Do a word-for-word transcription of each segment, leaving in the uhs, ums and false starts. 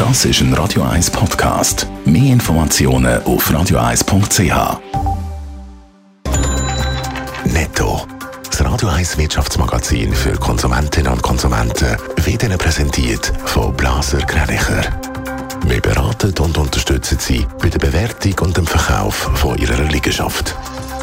Das ist ein Radio eins Podcast. Mehr Informationen auf radio eins punkt c h. Netto, das Radio eins Wirtschaftsmagazin für Konsumentinnen und Konsumenten, wird Ihnen präsentiert von Blaser Greinicher. Wir beraten und unterstützen Sie bei der Bewertung und dem Verkauf von Ihrer Liegenschaft.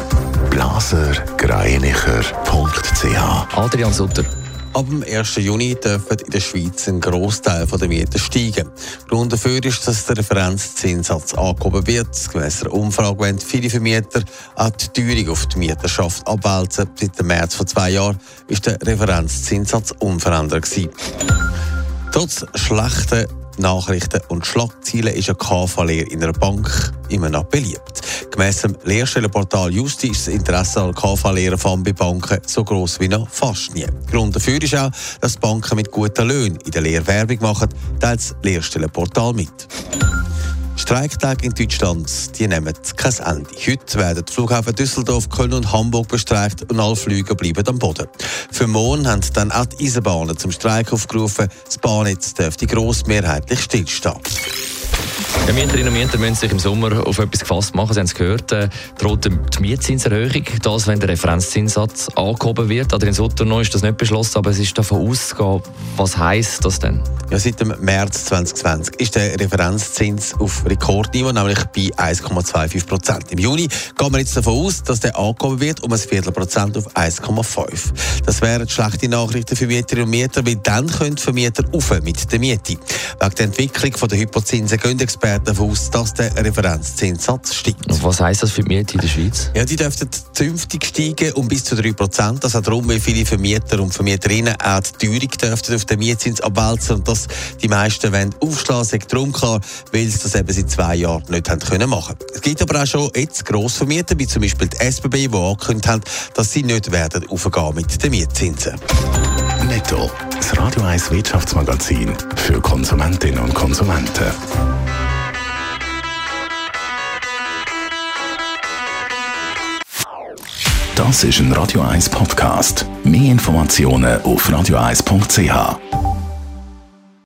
blaser greinicher punkt c h. Adrian Sutter. Ab dem ersten Juni dürfen in der Schweiz ein Grossteil der Mieten steigen. Grund dafür ist, dass der Referenzzinssatz angehoben wird. Gemäss einer Umfrage wollen viele Vermieter auch die Teuerung auf die Mieterschaft abwälzen. Seit dem März vor zwei Jahren war der Referenzzinssatz unverändert gewesen. Trotz schlechter Nachrichten und Schlagzeilen ist eine K V-Lehre in einer Bank immer noch beliebt. Gemäss dem Lehrstellenportal Justi ist das Interesse an K V-Lehren bei Banken so gross wie noch fast nie. Grund dafür ist auch, dass Banken mit guten Löhnen in der Lehre Werbung machen, teilt das Lehrstellenportal mit. Streiktage in Deutschland, die nehmen kein Ende. Heute werden die Flughafen Düsseldorf, Köln und Hamburg bestreikt und alle Flüge bleiben am Boden. Für morgen haben dann auch die Eisenbahnen zum Streik aufgerufen. Das Bahnnetz dürfte grossmehrheitlich stillstehen. Die Mieterinnen und Mieter müssen sich im Sommer auf etwas gefasst machen. Sie haben es gehört, äh, droht die Mietzinserhöhung, das, wenn der Referenzzinssatz angehoben wird. Adrian Sutter noch ist das nicht beschlossen, aber es ist davon auszugehen. Was heisst das denn? Ja, seit dem März zwanzig zwanzig ist der Referenzzins auf Rekordniveau, nämlich bei eins Komma fünfundzwanzig Prozent. Im Juni gehen wir jetzt davon aus, dass der angehoben wird um ein Viertelprozent auf eins Komma fünf. Das wären schlechte Nachrichten für Mieterinnen und Mieter, weil dann können Vermieter auf mit der Miete. Wegen der Entwicklung der Hypozinsen gehen Experten davon aus, dass der Referenzzinssatz steigt. Und was heisst das für die Miete in der Schweiz? Ja, die dürften zünftig steigen um bis zu drei Prozent. Das hat darum, weil viele Vermieter und Vermieterinnen auch die Teuerung dürften auf den Mietzins abwälzen und dass die meisten wollen aufschlagen, sagt darum klar, weil sie das eben seit zwei Jahren nicht haben können machen. Es gibt aber auch schon jetzt Grossvermieter, wie zum Beispiel die S B B, die angekündigt haben, dass sie nicht werden aufgehen mit den Mietzinsen. Netto, das Radio eins Wirtschaftsmagazin für Konsumentinnen und Konsumenten. Das ist ein Radio eins Podcast. Mehr Informationen auf radio eins punkt c h.